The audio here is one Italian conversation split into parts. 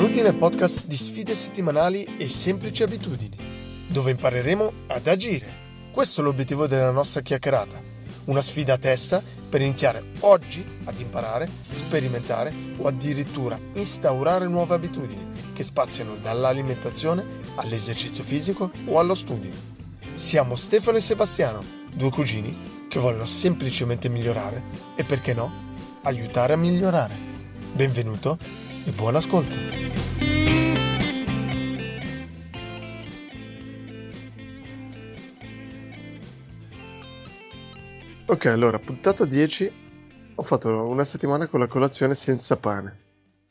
Benvenuti nel podcast di sfide settimanali e semplici abitudini, dove impareremo ad agire. Questo è l'obiettivo della nostra chiacchierata, una sfida a testa per iniziare oggi ad imparare, sperimentare o addirittura instaurare nuove abitudini che spaziano dall'alimentazione all'esercizio fisico o allo studio. Siamo Stefano e Sebastiano, due cugini che vogliono semplicemente migliorare e, perché no, aiutare a migliorare. Benvenuto e buon ascolto. Ok, allora, puntata 10, ho fatto una settimana con la colazione senza pane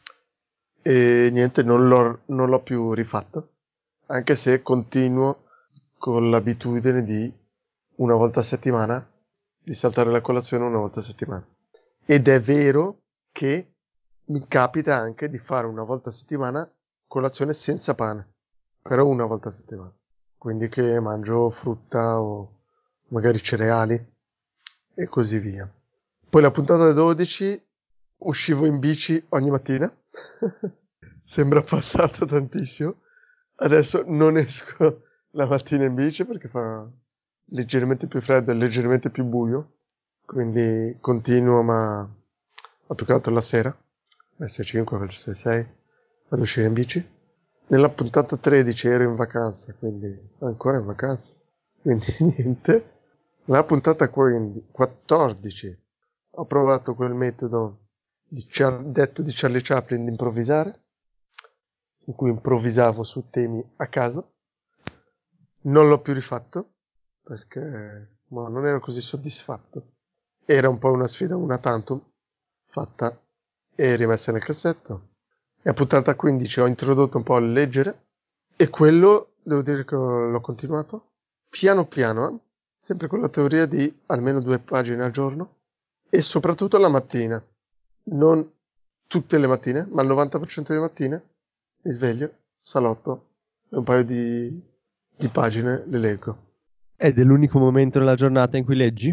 e niente, non l'ho più rifatto, anche se continuo con l'abitudine di una volta a settimana, di saltare la colazione una volta a settimana. Ed è vero che mi capita anche di fare una volta a settimana colazione senza pane, però una volta a settimana. Quindi che mangio frutta o magari cereali e così via. Poi la puntata 12 uscivo in bici ogni mattina. Sembra passato tantissimo. Adesso non esco la mattina in bici perché fa leggermente più freddo e leggermente più buio. Quindi continuo, ma più che altro la sera, verso le 5, verso le 6, vado a uscire in bici. Nella puntata 13 ero in vacanza, quindi ancora in vacanza, quindi niente. Nella puntata 14 ho provato quel metodo detto di Charlie Chaplin di improvvisare, in cui improvvisavo su temi a caso. Non l'ho più rifatto perché non ero così soddisfatto. Era un po' una sfida una tantum, fatta e rimessa nel cassetto. E a puntata 15 ho introdotto un po' il leggere e quello devo dire che l'ho continuato piano piano, sempre con la teoria di almeno 2 pagine al giorno e soprattutto la mattina. Non tutte le mattine, ma il 90% delle mattine mi sveglio, salotto e un paio di pagine le leggo. Ed è l'unico momento nella giornata in cui leggi?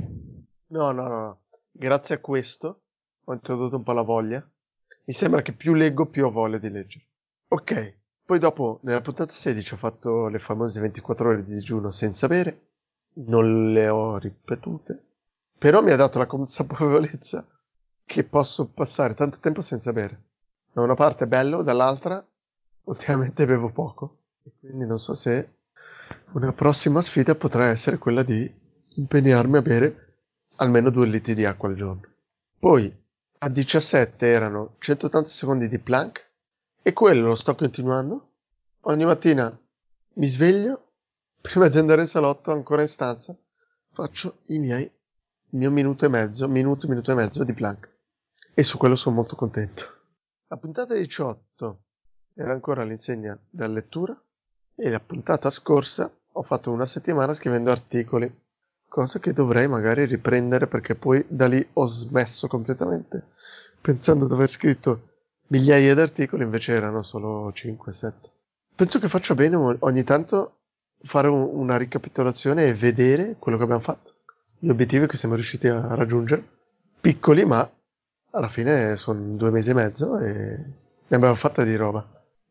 No. Grazie a questo ho introdotto un po' la voglia. Mi sembra che più leggo, più ho voglia di leggere. Ok, poi dopo, nella puntata 16 ho fatto le famose 24 ore di digiuno senza bere. Non le ho ripetute. Però mi ha dato la consapevolezza che posso passare tanto tempo senza bere. Da una parte è bello, dall'altra ultimamente bevo poco. E quindi non so se una prossima sfida potrà essere quella di impegnarmi a bere almeno 2 litri di acqua al giorno. Poi a 17 erano 180 secondi di plank e quello lo sto continuando. Ogni mattina mi sveglio, prima di andare in salotto, ancora in stanza, faccio il mio minuto e mezzo di plank. E su quello sono molto contento. La puntata 18 era ancora all'insegna della lettura e la puntata scorsa ho fatto una settimana scrivendo articoli, cosa che dovrei magari riprendere perché poi da lì ho smesso completamente, pensando di aver scritto migliaia di articoli, invece erano solo 5-7. Penso che faccia bene ogni tanto fare una ricapitolazione e vedere quello che abbiamo fatto, gli obiettivi che siamo riusciti a raggiungere, piccoli ma alla fine sono 2 mesi e mezzo e ne abbiamo fatta di roba.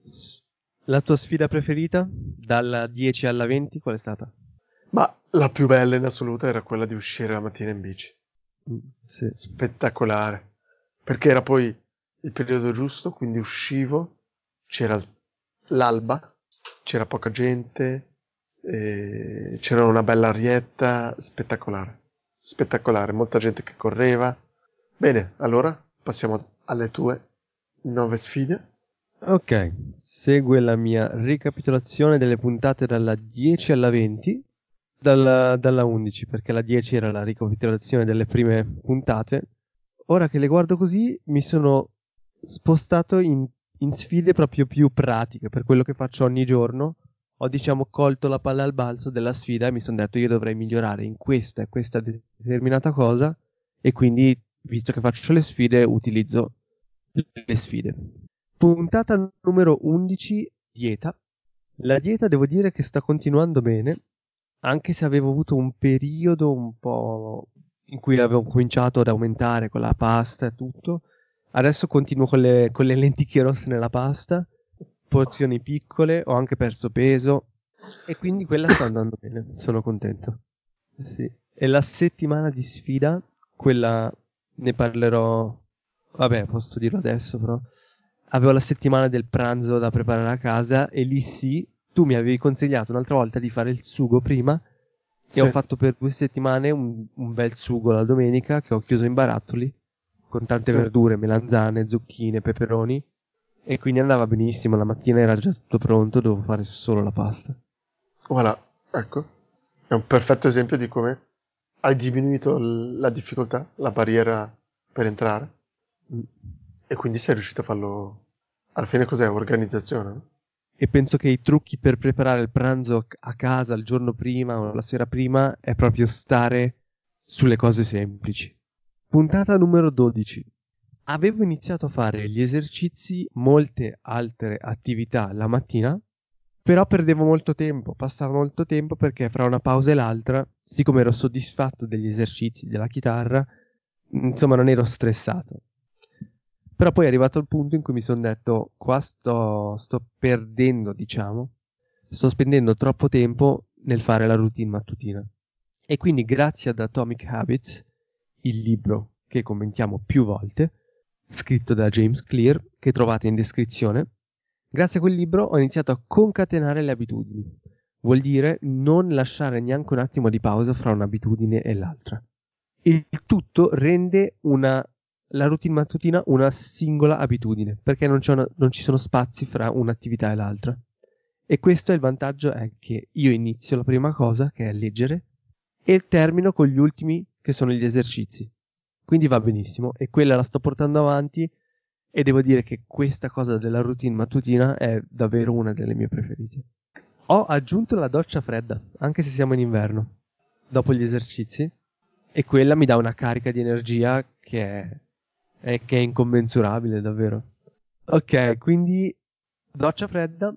La tua sfida preferita? Dalla 10 alla 20, qual è stata? Ma la più bella in assoluto era quella di uscire la mattina in bici. Sì. Spettacolare. Perché era poi il periodo giusto, quindi uscivo, c'era l'alba, c'era poca gente, c'era una bella arietta, spettacolare. Spettacolare, molta gente che correva. Bene, allora passiamo alle tue 9 sfide. Ok, segue la mia ricapitolazione delle puntate dalla 10 alla 20, dalla 11, perché la 10 era la ricapitolazione delle prime puntate. Ora che le guardo così, mi sono spostato in sfide proprio più pratiche, per quello che faccio ogni giorno. Ho, diciamo, colto la palla al balzo della sfida e mi sono detto io dovrei migliorare in questa e questa determinata cosa, e quindi, visto che faccio le sfide, utilizzo le sfide. Puntata numero 11, dieta. La dieta devo dire che sta continuando bene, anche se avevo avuto un periodo un po' in cui avevo cominciato ad aumentare con la pasta e tutto. Adesso continuo con le lenticchie rosse nella pasta porzioni piccole, ho anche perso peso e quindi quella sta andando bene, sono contento. Sì. E la settimana di sfida, quella ne parlerò, vabbè, posso dirlo adesso però. Avevo la settimana del pranzo da preparare a casa e lì sì, tu mi avevi consigliato un'altra volta di fare il sugo prima e ho fatto per 2 settimane un bel sugo la domenica che ho chiuso in barattoli con tante verdure, melanzane, zucchine, peperoni e quindi andava benissimo, la mattina era già tutto pronto, dovevo fare solo la pasta. Voilà, ecco, è un perfetto esempio di come hai diminuito la difficoltà, la barriera per entrare e quindi sei riuscito a farlo. Alla fine cos'è? Organizzazione, no? E penso che i trucchi per preparare il pranzo a casa il giorno prima o la sera prima è proprio stare sulle cose semplici. Puntata numero 12. Avevo iniziato a fare gli esercizi, molte altre attività la mattina, però perdevo molto tempo, passava molto tempo perché fra una pausa e l'altra, siccome ero soddisfatto degli esercizi della chitarra, insomma non ero stressato. Però poi è arrivato il punto in cui mi sono detto, qua sto perdendo, diciamo, sto spendendo troppo tempo nel fare la routine mattutina. E quindi grazie ad Atomic Habits, il libro che commentiamo più volte, scritto da James Clear, che trovate in descrizione, grazie a quel libro ho iniziato a concatenare le abitudini. Vuol dire non lasciare neanche un attimo di pausa fra un'abitudine e l'altra. Il tutto rende la routine mattutina una singola abitudine, perché non ci sono spazi fra un'attività e l'altra. E questo è il vantaggio, è che io inizio la prima cosa, che è leggere, e termino con gli ultimi, che sono gli esercizi. Quindi va benissimo, e quella la sto portando avanti, e devo dire che questa cosa della routine mattutina è davvero una delle mie preferite. Ho aggiunto la doccia fredda, anche se siamo in inverno, dopo gli esercizi, e quella mi dà una carica di energia che è incommensurabile, davvero. Ok, quindi doccia fredda,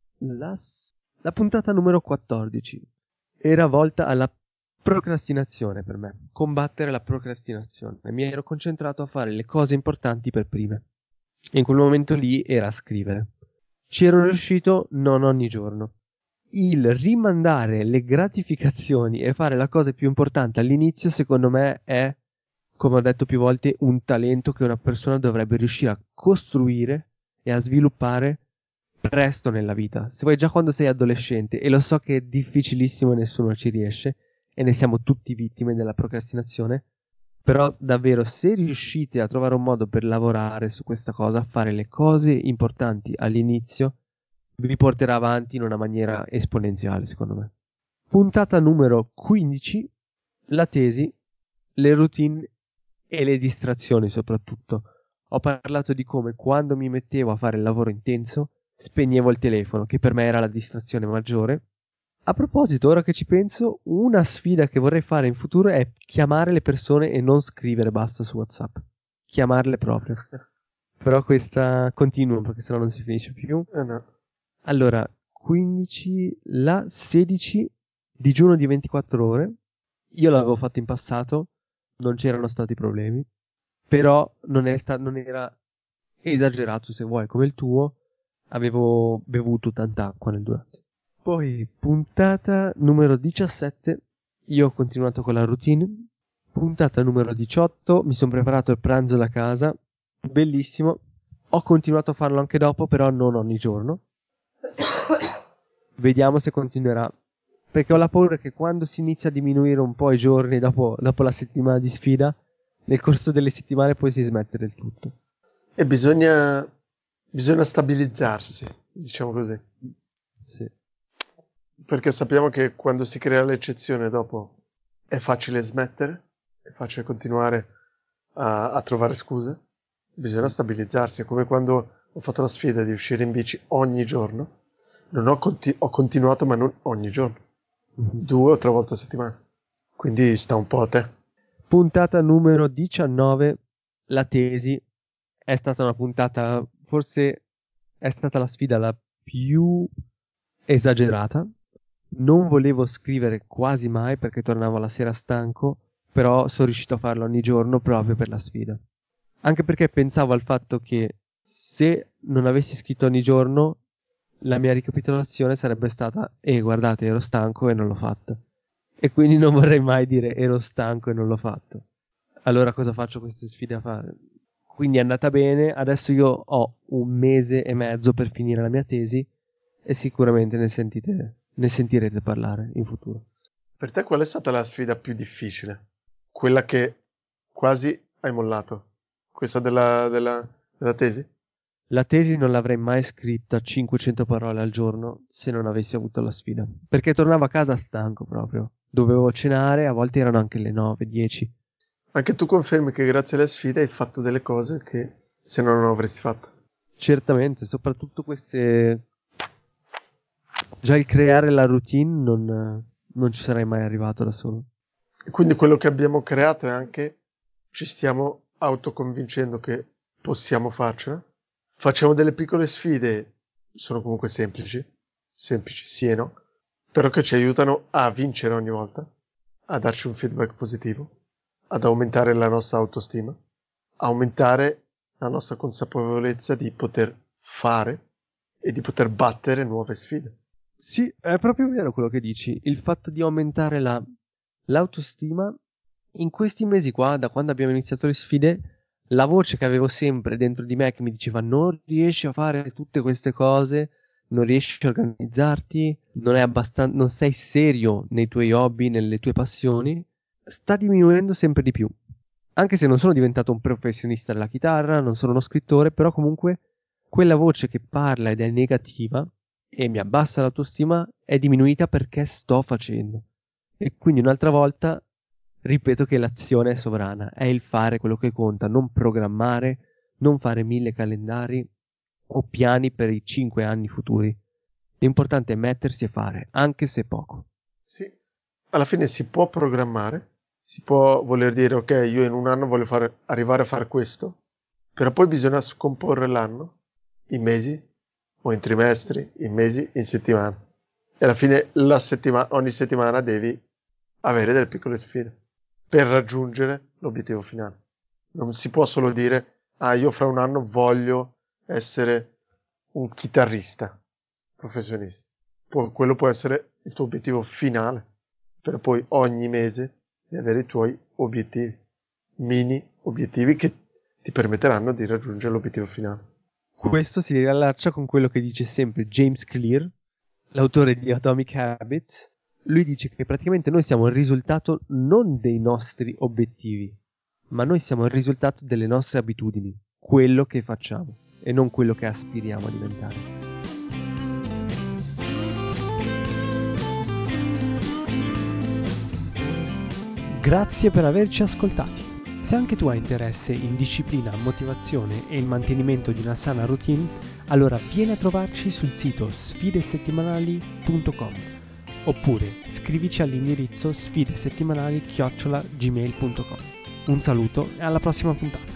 la puntata numero 14 era volta alla procrastinazione per me, combattere la procrastinazione. Mi ero concentrato a fare le cose importanti per prime. E in quel momento lì era scrivere. Ci ero riuscito non ogni giorno. Il rimandare le gratificazioni e fare la cosa più importante all'inizio, secondo me, è, come ho detto più volte, un talento che una persona dovrebbe riuscire a costruire e a sviluppare presto nella vita. Se vuoi già quando sei adolescente, e lo so che è difficilissimo e nessuno ci riesce, e ne siamo tutti vittime della procrastinazione, però davvero se riuscite a trovare un modo per lavorare su questa cosa, fare le cose importanti all'inizio, vi porterà avanti in una maniera esponenziale, secondo me. Puntata numero 15, la tesi, le routine e le distrazioni soprattutto. Ho parlato di come quando mi mettevo a fare il lavoro intenso, spegnevo il telefono, che per me era la distrazione maggiore. A proposito, ora che ci penso, una sfida che vorrei fare in futuro è chiamare le persone e non scrivere basta su WhatsApp. Chiamarle proprio. Però questa continua perché sennò non si finisce più. No. Allora, 15, la 16 digiuno di 24 ore. Io l'avevo fatto in passato, non c'erano stati problemi, però non era esagerato se vuoi come il tuo, avevo bevuto tanta acqua nel durante. Poi, puntata numero 17, io ho continuato con la routine. Puntata numero 18, mi sono preparato il pranzo da casa, bellissimo. Ho continuato a farlo anche dopo, però non ogni giorno. Vediamo se continuerà. Perché ho la paura che quando si inizia a diminuire un po' i giorni dopo la settimana di sfida, nel corso delle settimane poi si smette del tutto. E bisogna stabilizzarsi, diciamo così. Sì. Perché sappiamo che quando si crea l'eccezione dopo è facile smettere, è facile continuare a trovare scuse. Bisogna stabilizzarsi. È come quando ho fatto la sfida di uscire in bici ogni giorno. Non ho continuato, ma non ogni giorno. 2 o 3 volte a settimana. Quindi sta un po' a te. Puntata numero 19, la tesi. È stata una puntata, forse è stata la sfida la più esagerata. Non volevo scrivere quasi mai perché tornavo la sera stanco, però sono riuscito a farlo ogni giorno proprio per la sfida. Anche perché pensavo al fatto che se non avessi scritto ogni giorno la mia ricapitolazione sarebbe stata guardate, ero stanco e non l'ho fatto. E quindi non vorrei mai dire ero stanco e non l'ho fatto. Allora cosa faccio queste sfide a fare? Quindi è andata bene, adesso io ho 1 mese e mezzo per finire la mia tesi e sicuramente ne sentirete parlare in futuro. Per te qual è stata la sfida più difficile? Quella che quasi hai mollato? Questa della tesi? La tesi non l'avrei mai scritta 500 parole al giorno se non avessi avuto la sfida. Perché tornavo a casa stanco proprio. Dovevo cenare, a volte erano anche le 9, 10. Anche tu confermi che grazie alle sfide hai fatto delle cose che se no non avresti fatto. Certamente, soprattutto queste... Già il creare la routine non ci sarei mai arrivato da solo. E quindi quello che abbiamo creato è anche ci stiamo autoconvincendo che possiamo farcela. Facciamo delle piccole sfide, sono comunque semplici sì e no, però che ci aiutano a vincere ogni volta, a darci un feedback positivo, ad aumentare la nostra autostima, aumentare la nostra consapevolezza di poter fare e di poter battere nuove sfide. Sì, è proprio vero quello che dici. Il fatto di aumentare l'autostima, in questi mesi qua, da quando abbiamo iniziato le sfide, la voce che avevo sempre dentro di me che mi diceva non riesci a fare tutte queste cose, non riesci a organizzarti, non sei serio nei tuoi hobby, nelle tue passioni, sta diminuendo sempre di più. Anche se non sono diventato un professionista della chitarra, non sono uno scrittore, però comunque quella voce che parla ed è negativa e mi abbassa l'autostima è diminuita perché sto facendo. E quindi un'altra volta ripeto che l'azione è sovrana, è il fare quello che conta, non programmare, non fare 1000 calendari o piani per i 5 anni futuri. L'importante è mettersi e fare, anche se poco. Sì, alla fine si può programmare, si può voler dire ok, io in un anno voglio arrivare a fare questo, però poi bisogna scomporre l'anno, in mesi, o in trimestri, in mesi, in settimane. E alla fine ogni settimana devi avere delle piccole sfide per raggiungere l'obiettivo finale. Non si può solo dire, io fra un anno voglio essere un chitarrista professionista. Quello può essere il tuo obiettivo finale, per poi ogni mese di avere i tuoi obiettivi, mini obiettivi che ti permetteranno di raggiungere l'obiettivo finale. Questo si riallaccia con quello che dice sempre James Clear, l'autore di Atomic Habits. Lui dice che praticamente noi siamo il risultato non dei nostri obiettivi, ma noi siamo il risultato delle nostre abitudini, quello che facciamo e non quello che aspiriamo a diventare. Grazie per averci ascoltati. Se anche tu hai interesse in disciplina, motivazione e il mantenimento di una sana routine, allora vieni a trovarci sul sito sfidesettimanali.com oppure scrivici all'indirizzo sfidesettimanali@gmail.com. Un saluto e alla prossima puntata.